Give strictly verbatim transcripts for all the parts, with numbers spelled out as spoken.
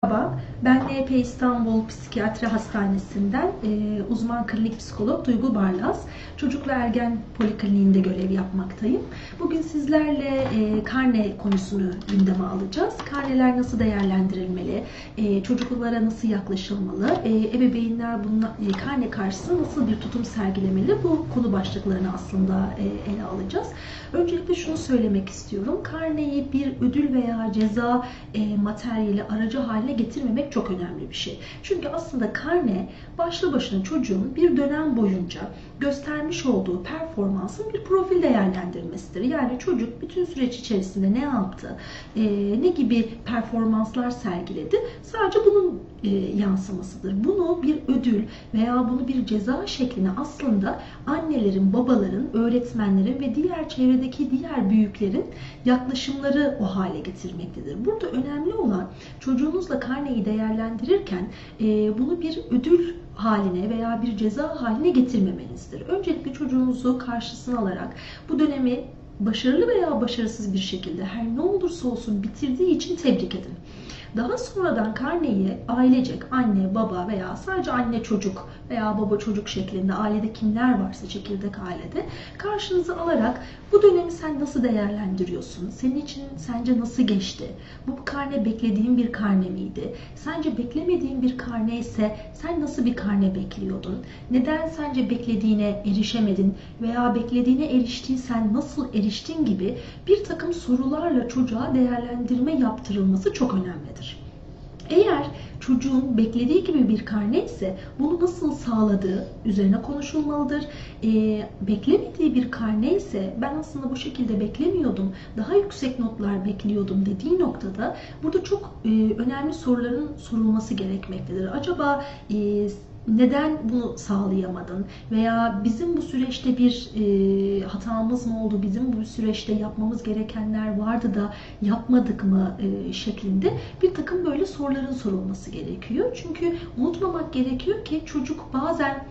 Merhaba, ben N P İstanbul Psikiyatri Hastanesi'nden e, uzman klinik psikolog Duygu Barlas. Çocuk ve Ergen Polikliniğinde görev yapmaktayım. Bugün sizlerle e, karne konusunu gündeme alacağız. Karneler nasıl değerlendirilmeli, e, çocuklara nasıl yaklaşılmalı, e, ebeveynler bununla, e, karne karşısında nasıl bir tutum sergilemeli, bu konu başlıklarını aslında e, ele alacağız. Öncelikle şunu söylemek istiyorum. Karneyi bir ödül veya ceza e, materyali aracı haline getirmemek çok önemli bir şey. Çünkü aslında karne başlı başına çocuğun bir dönem boyunca göstermiş olduğu performansın bir profil değerlendirmesidir. Yani çocuk bütün süreç içerisinde ne yaptı, e, ne gibi performanslar sergiledi, sadece bunun e, yansımasıdır. Bunu bir ödül veya bunu bir ceza şekline aslında annelerin, babaların, öğretmenlerin ve diğer çevredeki diğer büyüklerin yaklaşımları o hale getirmektedir. Burada önemli olan çocuğunuzla karneyi değerlendirirken e, bunu bir ödül haline veya bir ceza haline getirmemenizdir. Öncelikle çocuğunuzu karşısına alarak bu dönemi başarılı veya başarısız bir şekilde her ne olursa olsun bitirdiği için tebrik edin. Daha sonradan karneyi ailecek anne, baba veya sadece anne çocuk veya baba çocuk şeklinde ailede kimler varsa çekirdek ailede karşınıza alarak bu dönemi sen nasıl değerlendiriyorsun? Senin için sence nasıl geçti? Bu karne beklediğin bir karne miydi? Sence beklemediğin bir karne ise sen nasıl bir karne bekliyordun? Neden sence beklediğine erişemedin veya beklediğine eriştiysen nasıl eriştin gibi bir takım sorularla çocuğa değerlendirme yaptırılması çok önemlidir. Eğer çocuğun beklediği gibi bir karne ise bunu nasıl sağladığı üzerine konuşulmalıdır. Ee, beklemediği bir karne ise ben aslında bu şekilde beklemiyordum, daha yüksek notlar bekliyordum dediği noktada burada çok e, önemli soruların sorulması gerekmektedir. Acaba e, neden bunu sağlayamadın? Veya bizim bu süreçte bir e, hatamız mı oldu? Bizim bu süreçte yapmamız gerekenler vardı da yapmadık mı? E, şeklinde bir takım böyle soruların sorulması gerekiyor. Çünkü unutmamak gerekiyor ki çocuk bazen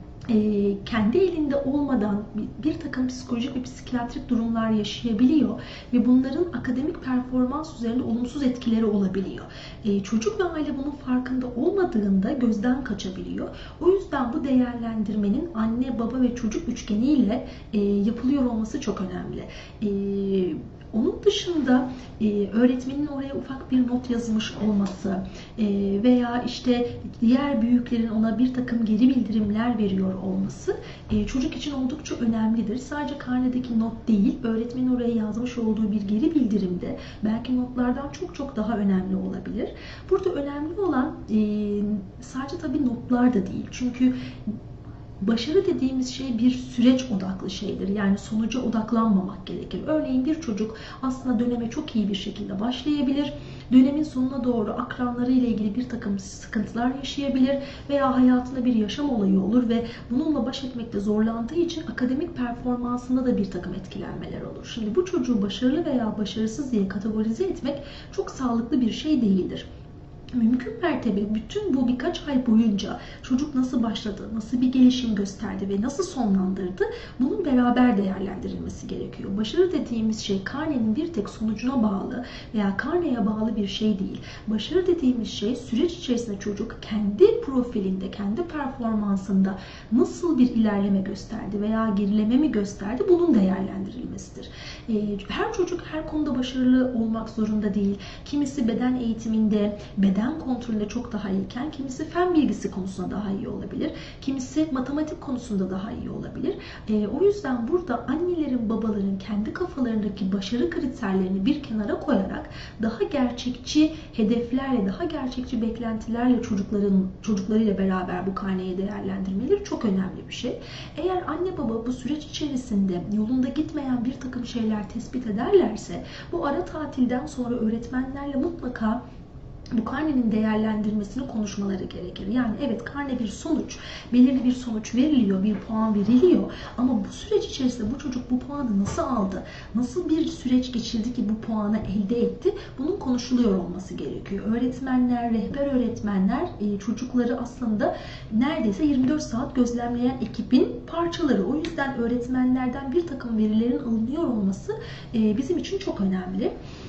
kendi elinde olmadan bir takım psikolojik ve psikiyatrik durumlar yaşayabiliyor ve bunların akademik performans üzerinde olumsuz etkileri olabiliyor. Çocuk ve aile bunun farkında olmadığında gözden kaçabiliyor. O yüzden bu değerlendirmenin anne, baba ve çocuk üçgeniyle yapılıyor olması çok önemli. Onun dışında e, öğretmenin oraya ufak bir not yazmış olması e, veya işte diğer büyüklerin ona bir takım geri bildirimler veriyor olması e, çocuk için oldukça önemlidir. Sadece karnedeki not değil, öğretmenin oraya yazmış olduğu bir geri bildirimde belki notlardan çok çok daha önemli olabilir. Burada önemli olan e, sadece tabii notlar da değil. Çünkü başarı dediğimiz şey bir süreç odaklı şeydir. Yani sonuca odaklanmamak gerekir. Örneğin bir çocuk aslında döneme çok iyi bir şekilde başlayabilir. Dönemin sonuna doğru akranları ile ilgili bir takım sıkıntılar yaşayabilir veya hayatında bir yaşam olayı olur ve bununla baş etmekte zorlandığı için akademik performansında da bir takım etkilenmeler olur. Şimdi bu çocuğu başarılı veya başarısız diye kategorize etmek çok sağlıklı bir şey değildir. Mümkün mertebe bütün bu birkaç ay boyunca çocuk nasıl başladı, nasıl bir gelişim gösterdi ve nasıl sonlandırdı, bunun beraber değerlendirilmesi gerekiyor. Başarı dediğimiz şey karnenin bir tek sonucuna bağlı veya karneye bağlı bir şey değil. Başarı dediğimiz şey süreç içerisinde çocuk kendi profilinde, kendi performansında nasıl bir ilerleme gösterdi veya gerileme mi gösterdi, bunun değerlendirilmesidir. Her çocuk her konuda başarılı olmak zorunda değil. Kimisi beden eğitiminde, beden beden kontrolünde çok daha iyiken kimisi fen bilgisi konusunda daha iyi olabilir. Kimisi matematik konusunda daha iyi olabilir. E, o yüzden burada annelerin, babaların kendi kafalarındaki başarı kriterlerini bir kenara koyarak daha gerçekçi hedeflerle, daha gerçekçi beklentilerle çocukların çocuklarıyla beraber bu karneyi değerlendirmeleri çok önemli bir şey. Eğer anne baba bu süreç içerisinde yolunda gitmeyen bir takım şeyler tespit ederlerse bu ara tatilden sonra öğretmenlerle mutlaka bu karnenin değerlendirmesini konuşmaları gerekir. Yani evet, karne bir sonuç, belirli bir sonuç veriliyor, bir puan veriliyor ama bu süreç içerisinde bu çocuk bu puanı nasıl aldı, nasıl bir süreç geçirdi ki bu puanı elde etti, bunun konuşuluyor olması gerekiyor. Öğretmenler, rehber öğretmenler çocukları aslında neredeyse yirmi dört saat gözlemleyen ekibin parçaları. O yüzden öğretmenlerden bir takım verilerin alınıyor olması bizim için çok önemli.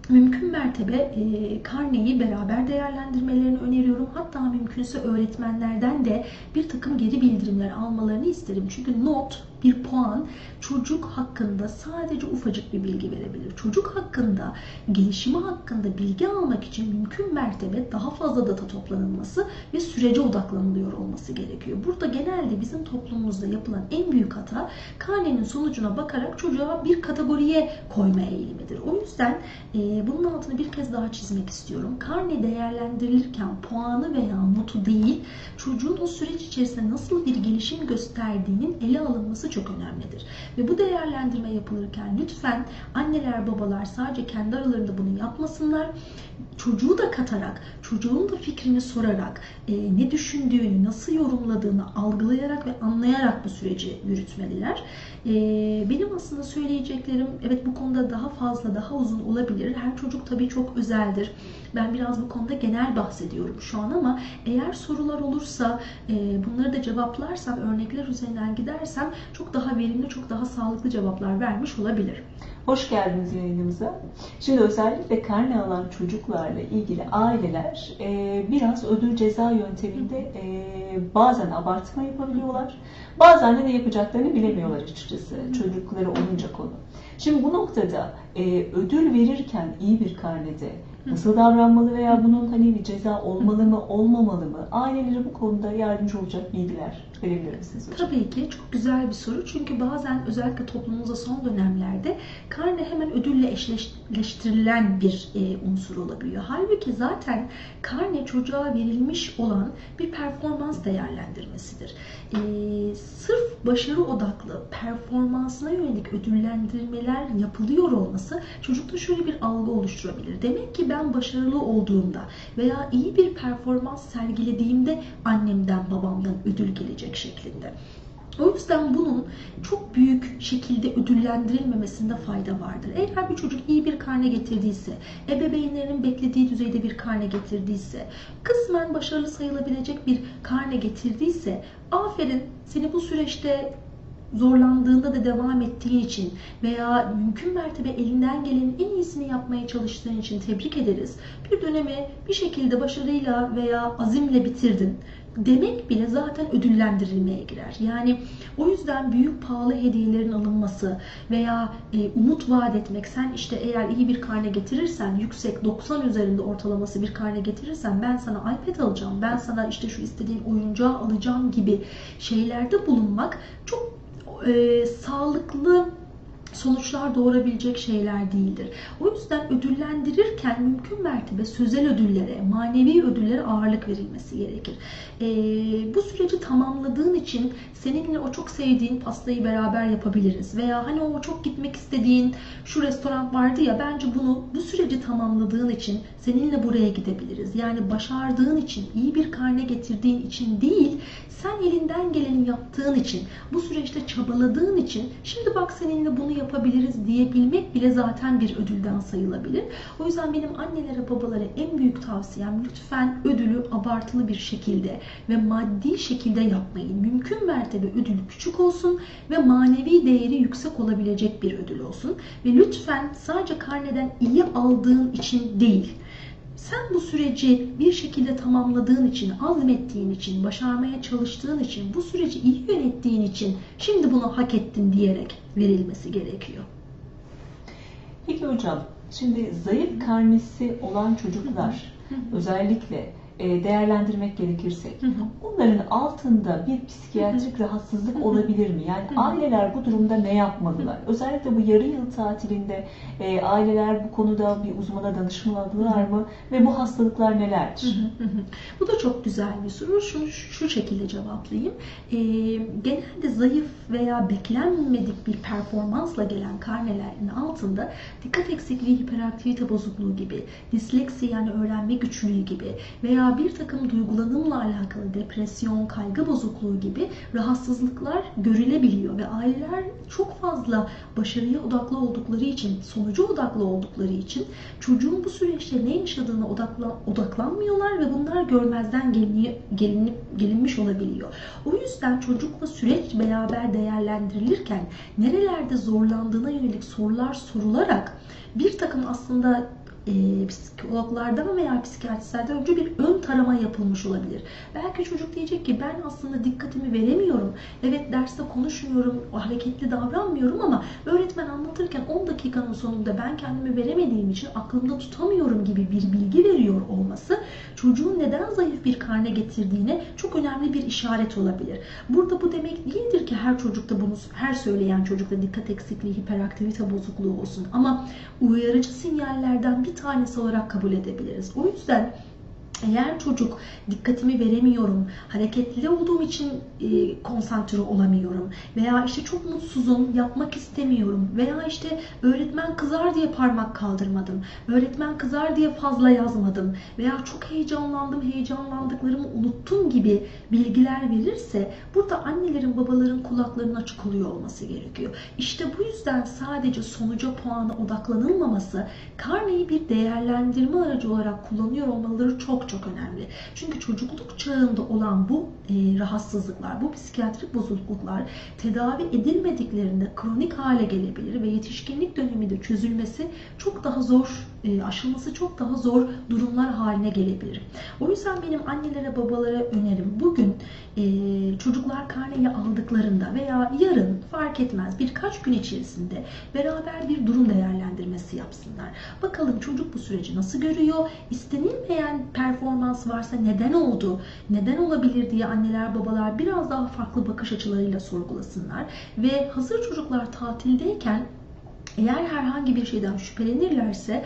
Mümkün mertebe e, karneyi beraber değerlendirmelerini öneriyorum. Hatta mümkünse öğretmenlerden de bir takım geri bildirimler almalarını isterim. Çünkü not, bir puan çocuk hakkında sadece ufacık bir bilgi verebilir. Çocuk hakkında, gelişimi hakkında bilgi almak için mümkün mertebe daha fazla data toplanılması ve sürece odaklanılıyor olması gerekiyor. Burada genelde bizim toplumumuzda yapılan en büyük hata karnenin sonucuna bakarak çocuğa bir kategoriye koyma eğilimidir. O yüzden e, bunun altını bir kez daha çizmek istiyorum. Karne değerlendirilirken puanı veya notu değil, çocuğun o süreç içerisinde nasıl bir gelişim gösterdiğinin ele alınması çok önemlidir. Ve bu değerlendirme yapılırken lütfen anneler, babalar sadece kendi aralarında bunu yapmasınlar. Çocuğu da katarak, çocuğun da fikrini sorarak, e, ne düşündüğünü, nasıl yorumladığını algılayarak ve anlayarak bu süreci yürütmeliler. E, benim aslında söyleyeceklerim, evet bu konuda daha fazla, daha uzun olabilir. Her çocuk tabii çok özeldir. Ben biraz bu konuda genel bahsediyorum şu an ama eğer sorular olursa, e, bunları da cevaplarsam, örnekler üzerinden gidersem çok daha verimli, çok daha sağlıklı cevaplar vermiş olabilir. Hoş geldiniz yayınımıza. Şimdi özellikle karne alan çocuklarla ilgili aileler e, biraz ödül ceza yönteminde e, bazen abartma yapabiliyorlar. Bazen de ne yapacaklarını bilemiyorlar açıkçası. Çocukları olunca konu. Şimdi bu noktada e, ödül verirken iyi bir karnede nasıl davranmalı veya bunun hani bir ceza olmalı mı, olmamalı mı? Ailelere bu konuda yardımcı olacak bilgiler verebilir misiniz hocam? Tabii ki çok güzel bir soru. Çünkü bazen özellikle toplumumuzda son dönemlerde karne hemen ödülle eşleştirilen bir e, unsur olabiliyor. Halbuki zaten karne çocuğa verilmiş olan bir performans değerlendirmesidir. E, sırf başarı odaklı performansına yönelik ödüllendirmeler yapılıyor olması çocukta şöyle bir algı oluşturabilir. Demek ki ben başarılı olduğumda veya iyi bir performans sergilediğimde annemden, babamdan ödül gelecek şeklinde. O yüzden bunun çok büyük şekilde ödüllendirilmemesinde fayda vardır. Eğer bir çocuk iyi bir karne getirdiyse, ebeveynlerinin beklediği düzeyde bir karne getirdiyse, kısmen başarılı sayılabilecek bir karne getirdiyse, aferin, seni bu süreçte zorlandığında da devam ettiğin için veya mümkün mertebe elinden gelenin en iyisini yapmaya çalıştığın için tebrik ederiz. Bir dönemi bir şekilde başarıyla veya azimle bitirdin demek bile zaten ödüllendirilmeye girer. Yani o yüzden büyük pahalı hediyelerin alınması veya e, umut vaat etmek, sen işte eğer iyi bir karne getirirsen, yüksek doksan üzerinde ortalaması bir karne getirirsen ben sana iPad alacağım, ben sana işte şu istediğin oyuncağı alacağım gibi şeylerde bulunmak çok e, sağlıklı sonuçlar doğurabilecek şeyler değildir. O yüzden ödüllendirirken mümkün mertebe sözel ödüllere, manevi ödüllere ağırlık verilmesi gerekir. Ee, bu süreci tamamladığın için seninle o çok sevdiğin pastayı beraber yapabiliriz. Veya hani o çok gitmek istediğin şu restoran vardı ya, bence bunu bu süreci tamamladığın için seninle buraya gidebiliriz. Yani başardığın için, iyi bir karne getirdiğin için değil, sen elinden geleni yaptığın için, bu süreçte çabaladığın için şimdi bak seninle bunu yapabiliriz diyebilmek bile zaten bir ödülden sayılabilir. O yüzden benim annelere, babalara en büyük tavsiyem lütfen ödülü abartılı bir şekilde ve maddi şekilde yapmayın. Mümkün mertebe ödül küçük olsun ve manevi değeri yüksek olabilecek bir ödül olsun. Ve lütfen sadece karneden iyi aldığın için değil, sen bu süreci bir şekilde tamamladığın için, azmettiğin için, başarmaya çalıştığın için, bu süreci iyi yönettiğin için şimdi bunu hak ettin diyerek verilmesi gerekiyor. Peki hocam, şimdi zayıf karnesi olan çocuklar özellikle değerlendirmek gerekirse onların altında bir psikiyatrik rahatsızlık olabilir mi? Yani aileler bu durumda ne yapmalılar? Özellikle bu yarı yıl tatilinde e, aileler bu konuda bir uzmana danışmalılar mı? Ve bu hastalıklar nelerdir? Bu da çok güzel bir soru. Şunu şu şekilde cevaplayayım. E, genelde zayıf veya beklenmedik bir performansla gelen karnelerin altında dikkat eksikliği, hiperaktivite bozukluğu gibi, disleksi yani öğrenme güçlüğü gibi veya bir takım duygulanımla alakalı depresyon, kaygı bozukluğu gibi rahatsızlıklar görülebiliyor ve aileler çok fazla başarıya odaklı oldukları için, sonuca odaklı oldukları için çocuğun bu süreçte ne yaşadığına odaklan, odaklanmıyorlar ve bunlar görmezden gelinip, gelinip, gelinmiş olabiliyor. O yüzden çocukla süreç beraber değerlendirilirken nerelerde zorlandığına yönelik sorular sorularak bir takım aslında e, psikologlardan veya psikiyatristlerden önce bir ön tarama yapılmış olabilir. Belki çocuk diyecek ki ben aslında dikkatimi veremiyorum. Evet derste konuşmuyorum, hareketli davranmıyorum ama öğretmen anlatırken on dakikanın sonunda ben kendimi veremediğim için aklımda tutamıyorum gibi bir bilgi veriyor olması çocuğun neden zayıf bir karne getirdiğine çok önemli bir işaret olabilir. Burada bu demek değildir ki her çocukta bunu, her söyleyen çocukta dikkat eksikliği, hiperaktivite bozukluğu olsun. Ama uyarıcı sinyallerden bir tanesi olarak kabul edebiliriz. O yüzden eğer çocuk dikkatimi veremiyorum, hareketli olduğum için e, konsantre olamıyorum veya işte çok mutsuzum, yapmak istemiyorum veya işte öğretmen kızar diye parmak kaldırmadım, öğretmen kızar diye fazla yazmadım veya çok heyecanlandım, heyecanlandıklarımı unuttum gibi bilgiler verirse burada annelerin, babaların kulaklarının açık oluyor olması gerekiyor. İşte bu yüzden sadece sonuca, puana odaklanılmaması, karneyi bir değerlendirme aracı olarak kullanıyor olmaları çok çok önemli. Çünkü çocukluk çağında olan bu e, rahatsızlıklar, bu psikiyatrik bozukluklar tedavi edilmediklerinde kronik hale gelebilir ve yetişkinlik döneminde çözülmesi çok daha zor, e, aşılması çok daha zor durumlar haline gelebilir. O yüzden benim annelere, babalara önerim bugün e, çocuklar karneyi aldıklarında veya yarın fark etmez birkaç gün içerisinde beraber bir durum değerlendirmesi yapsınlar. Bakalım çocuk bu süreci nasıl görüyor? İstenilmeyen performans varsa neden oldu? Neden olabilir diye anneler babalar biraz daha farklı bakış açılarıyla sorgulasınlar. Ve hazır çocuklar tatildeyken eğer herhangi bir şeyden şüphelenirlerse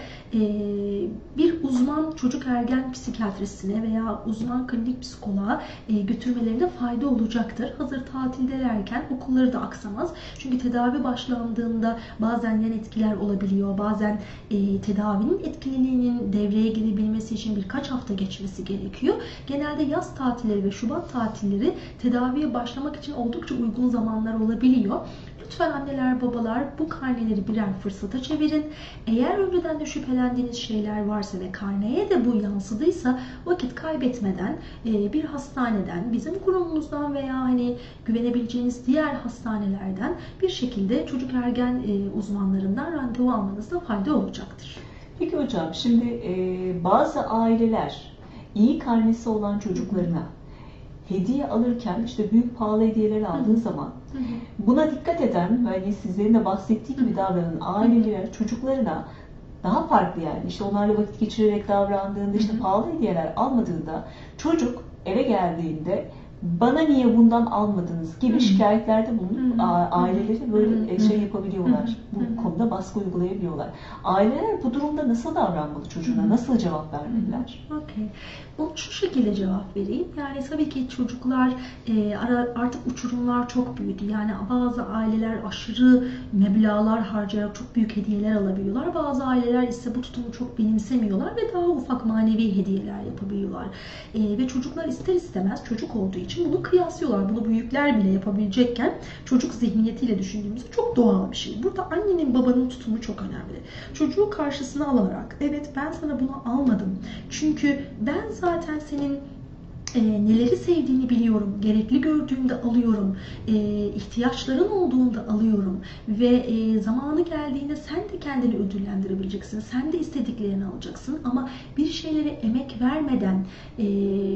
bir uzman çocuk ergen psikiyatrisine veya uzman klinik psikoloğa götürmelerine fayda olacaktır. Hazır tatildelerken okulları da aksamaz. Çünkü tedavi başlandığında bazen yan etkiler olabiliyor. Bazen tedavinin etkililiğinin devreye girebilmesi için birkaç hafta geçmesi gerekiyor. Genelde yaz tatilleri ve Şubat tatilleri tedaviye başlamak için oldukça uygun zamanlar olabiliyor. Lütfen anneler, babalar bu karneleri birer fırsata çevirin. Eğer önceden de şüphelendiğiniz şeyler varsa ve karneye de bu yansıdıysa vakit kaybetmeden bir hastaneden, bizim kurumumuzdan veya hani güvenebileceğiniz diğer hastanelerden bir şekilde çocuk ergen uzmanlarından randevu almanızda fayda olacaktır. Peki hocam, şimdi bazı aileler iyi karnesi olan çocuklarına hediye alırken işte büyük pahalı hediyeler aldığı zaman buna dikkat eden, hani sizlerin de bahsettiği gibi davranan aileler çocuklarına daha farklı, yani işte onlarla vakit geçirerek davrandığında, işte pahalı hediyeler almadığında çocuk eve geldiğinde bana niye bundan almadınız gibi şikayetlerde bulunup aileleri böyle şey yapabiliyorlar. Bu konuda baskı uygulayabiliyorlar. Aileler bu durumda nasıl davranmalı çocuğuna? Nasıl cevap vermeliler? Okay. Onu şu şekilde cevap vereyim. Yani tabii ki çocuklar e, artık uçurumlar çok büyüdü. Yani bazı aileler aşırı meblağlar harcayarak çok büyük hediyeler alabiliyorlar. Bazı aileler ise bu tutumu çok benimsemiyorlar ve daha ufak manevi hediyeler yapabiliyorlar. E, ve çocuklar ister istemez çocuk olduğu için bunu kıyaslıyorlar. Bunu büyükler bile yapabilecekken çocuk zihniyetiyle düşündüğümüzde çok doğal bir şey. Burada annenin babanın tutumu çok önemli. Çocuğu karşısına alarak evet ben sana bunu almadım. Çünkü ben zaten senin E, neleri sevdiğini biliyorum, gerekli gördüğümde alıyorum, e, ihtiyaçların olduğunda alıyorum ve e, zamanı geldiğinde sen de kendini ödüllendirebileceksin, sen de istediklerini alacaksın ama bir şeylere emek vermeden e,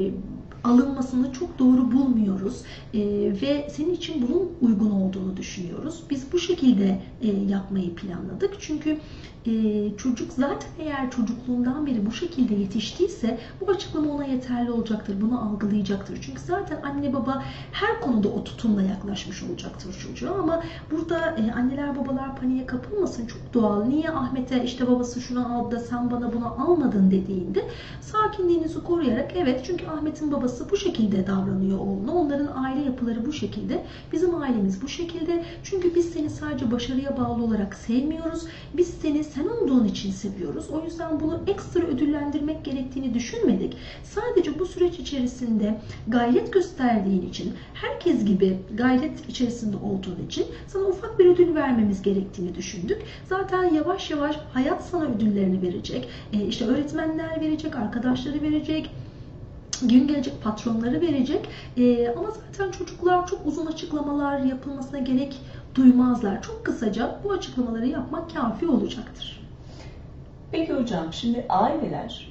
alınmasını çok doğru bulmuyoruz e, ve senin için bunun uygun olduğunu düşünüyoruz. Biz bu şekilde e, yapmayı planladık çünkü e, çocuk zaten eğer çocukluğundan beri bu şekilde yetiştiyse bu açıklama ona yeterli olacaktır, bunu algılayacaktır. Çünkü zaten anne baba her konuda o tutumla yaklaşmış olacaktır çocuğa ama burada e, anneler babalar paniğe kapılmasın, çok doğal. Niye Ahmet'e işte babası şunu aldı da sen bana bunu almadın dediğinde sakinliğinizi koruyarak evet çünkü Ahmet'in babası bu şekilde davranıyor oğluna. Onların aile yapıları bu şekilde. Bizim ailemiz bu şekilde. Çünkü biz seni sadece başarıya bağlı olarak sevmiyoruz. Biz seni sen olduğun için seviyoruz. O yüzden bunu ekstra ödüllendirmek gerektiğini düşünmedik. Sadece bu süreç içerisinde gayret gösterdiğin için, herkes gibi gayret içerisinde olduğun için sana ufak bir ödül vermemiz gerektiğini düşündük. Zaten yavaş yavaş hayat sana ödüllerini verecek. E işte öğretmenler verecek, arkadaşları verecek, gün gelecek patronları verecek ee, ama zaten çocuklar çok uzun açıklamalar yapılmasına gerek duymazlar. Çok kısaca bu açıklamaları yapmak kafi olacaktır. Peki hocam, şimdi aileler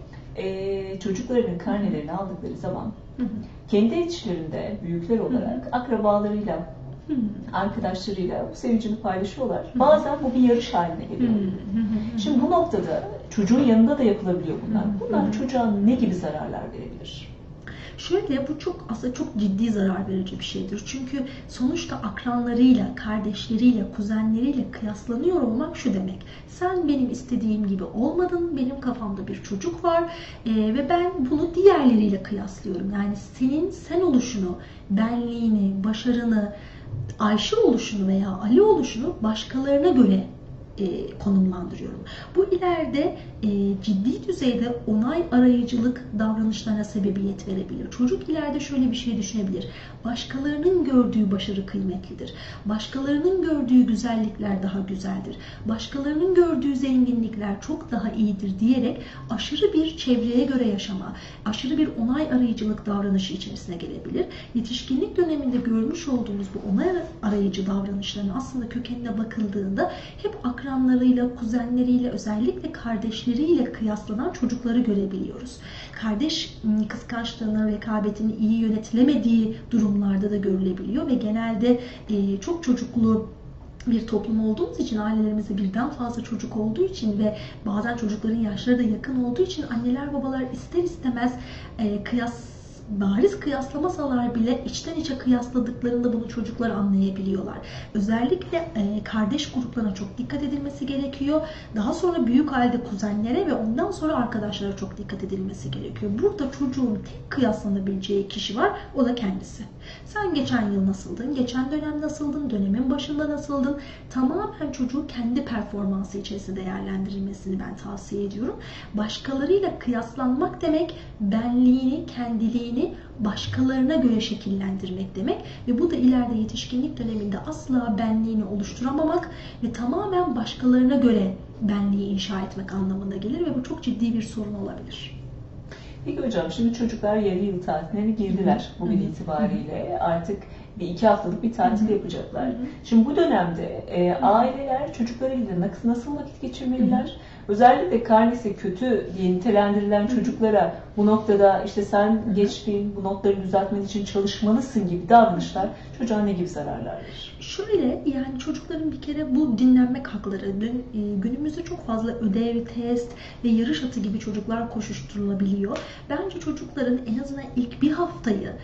e, çocuklarının karnelerini aldıkları zaman Hı hı. kendi içlerinde büyükler olarak akrabalarıyla, Hı hı. arkadaşlarıyla bu sevincini paylaşıyorlar. Bazen bu bir yarış haline geliyor. Hı hı. Şimdi bu noktada çocuğun yanında da yapılabiliyor bunlar. Hı hı. Bunlar çocuğa ne gibi zararlar verebilir? Şöyle, bu çok aslında çok ciddi zarar verici bir şeydir. Çünkü sonuçta akranlarıyla, kardeşleriyle, kuzenleriyle kıyaslanıyor olmak şu demek: sen benim istediğim gibi olmadın, benim kafamda bir çocuk var e, ve ben bunu diğerleriyle kıyaslıyorum. Yani senin sen oluşunu, benliğini, başarını, Ayşe oluşunu veya Ali oluşunu başkalarına göre e, konumlandırıyorum. Bu ileride e, ciddi düzeyde onay arayıcılık davranışlarına sebebiyet verebilir. Çocuk ileride şöyle bir şey düşünebilir: başkalarının gördüğü başarı kıymetlidir. Başkalarının gördüğü güzellikler daha güzeldir. Başkalarının gördüğü zenginlikler çok daha iyidir diyerek aşırı bir çevreye göre yaşama, aşırı bir onay arayıcılık davranışı içerisine gelebilir. Yetişkinlik döneminde görmüş olduğumuz bu onay arayıcı davranışların aslında kökenine bakıldığında hep akranlarıyla, kuzenleriyle, özellikle kardeşleriyle kıyaslanan çocukları görebiliyoruz. Kardeş kıskançlığının, rekabetinin iyi yönetilemediği durumlarda da görülebiliyor ve genelde e, çok çocuklu bir toplum olduğumuz için, ailelerimizde birden fazla çocuk olduğu için ve bazen çocukların yaşları da yakın olduğu için anneler babalar ister istemez e, kıyas bariz kıyaslamasalar bile içten içe kıyasladıklarında bunu çocuklar anlayabiliyorlar. Özellikle e, kardeş gruplarına çok dikkat edilmesi gerekiyor. Daha sonra büyük halde kuzenlere ve ondan sonra arkadaşlara çok dikkat edilmesi gerekiyor. Burada çocuğun tek kıyaslanabileceği kişi var, o da kendisi. Sen geçen yıl nasıldın, geçen dönem nasıldın, dönemin başında nasıldın? Tamamen çocuğu kendi performansı içerisinde değerlendirilmesini ben tavsiye ediyorum. Başkalarıyla kıyaslanmak demek, benliğini, kendiliğini başkalarına göre şekillendirmek demek ve bu da ileride yetişkinlik döneminde asla benliğini oluşturamamak ve tamamen başkalarına göre benliği inşa etmek anlamına gelir ve bu çok ciddi bir sorun olabilir. Peki hocam, şimdi çocuklar yarı yıl tatiline girdiler bugün itibariyle. Artık bir iki haftalık bir tatil yapacaklar. Şimdi bu dönemde e, aileler çocuklarıyla nasıl, nasıl vakit geçirmeliler? Özellikle karnesi kötü diye nitelendirilen çocuklara bu noktada işte sen geçtiğin, bu notları düzeltmen için çalışmalısın gibi davranışlar çocuğa ne gibi zararlar verir? Şöyle, yani çocukların bir kere bu dinlenmek hakları. Dün, e, günümüzde çok fazla ödev, test ve yarış atı gibi çocuklar koşuşturulabiliyor. Bence çocukların en azından ilk bir haftayı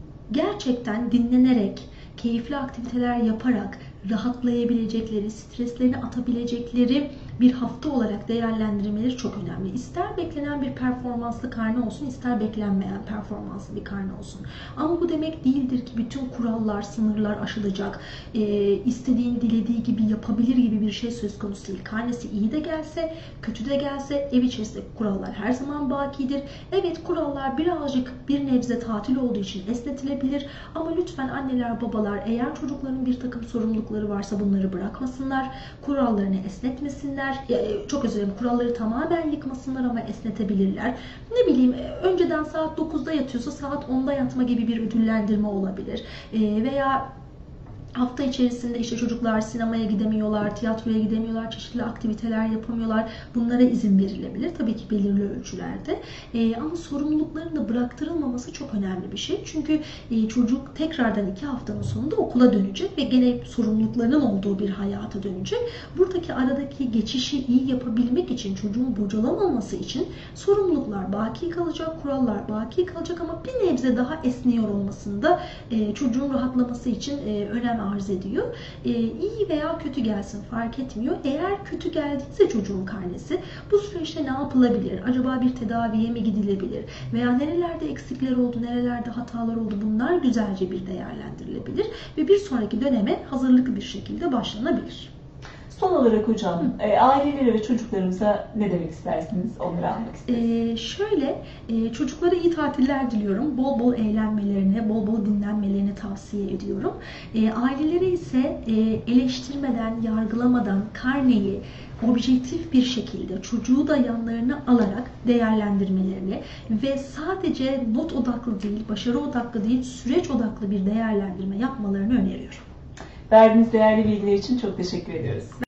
gerçekten dinlenerek, keyifli aktiviteler yaparak rahatlayabilecekleri, streslerini atabilecekleri bir hafta olarak değerlendirmeleri çok önemli. İster beklenen bir performanslı karne olsun, ister beklenmeyen performanslı bir karne olsun. Ama bu demek değildir ki bütün kurallar, sınırlar aşılacak, e, istediğini dilediği gibi yapabilir gibi bir şey söz konusu değil. Karnesi iyi de gelse, kötü de gelse ev içerisinde kurallar her zaman bakidir. Evet, kurallar birazcık bir nebze tatil olduğu için esnetilebilir ama lütfen anneler, babalar eğer çocukların bir takım sorumlulukları varsa bunları bırakmasınlar, kurallarını esnetmesinler. Çok özür dilerim, kuralları tamamen yıkmasınlar ama esnetebilirler. Ne bileyim, önceden saat dokuzda yatıyorsa saat onda yatma gibi bir ödüllendirme olabilir. Veya hafta içerisinde işte çocuklar sinemaya gidemiyorlar, tiyatroya gidemiyorlar, çeşitli aktiviteler yapamıyorlar. Bunlara izin verilebilir. Tabii ki belirli ölçülerde. Ee, ama sorumlulukların da bıraktırılmaması çok önemli bir şey. Çünkü e, çocuk tekrardan iki haftanın sonunda okula dönecek ve gene sorumluluklarının olduğu bir hayata dönecek. Buradaki aradaki geçişi iyi yapabilmek için, çocuğun bocalamaması için sorumluluklar baki kalacak, kurallar baki kalacak ama bir nebze daha esniyor olmasında e, çocuğun rahatlaması için e, önemli arz ediyor. Ee, iyi veya kötü gelsin fark etmiyor. Eğer kötü geldiyse çocuğun karnesi, bu süreçte ne yapılabilir? Acaba bir tedaviye mi gidilebilir? Veya nerelerde eksikler oldu, nerelerde hatalar oldu? Bunlar güzelce bir değerlendirilebilir ve bir sonraki döneme hazırlıklı bir şekilde başlanabilir. Son olarak hocam, e, ailelere ve çocuklarımıza ne demek istersiniz? Onları almak isteriz. Ee, şöyle, e, çocuklara iyi tatiller diliyorum. Bol bol eğlenmelerini, bol bol dinlenmelerini tavsiye ediyorum. E, ailelere ise e, eleştirmeden, yargılamadan karneyi objektif bir şekilde çocuğu da yanlarına alarak değerlendirmelerini ve sadece not odaklı değil, başarı odaklı değil, süreç odaklı bir değerlendirme yapmalarını öneriyorum. Verdiğiniz değerli bilgiler için çok teşekkür ediyoruz.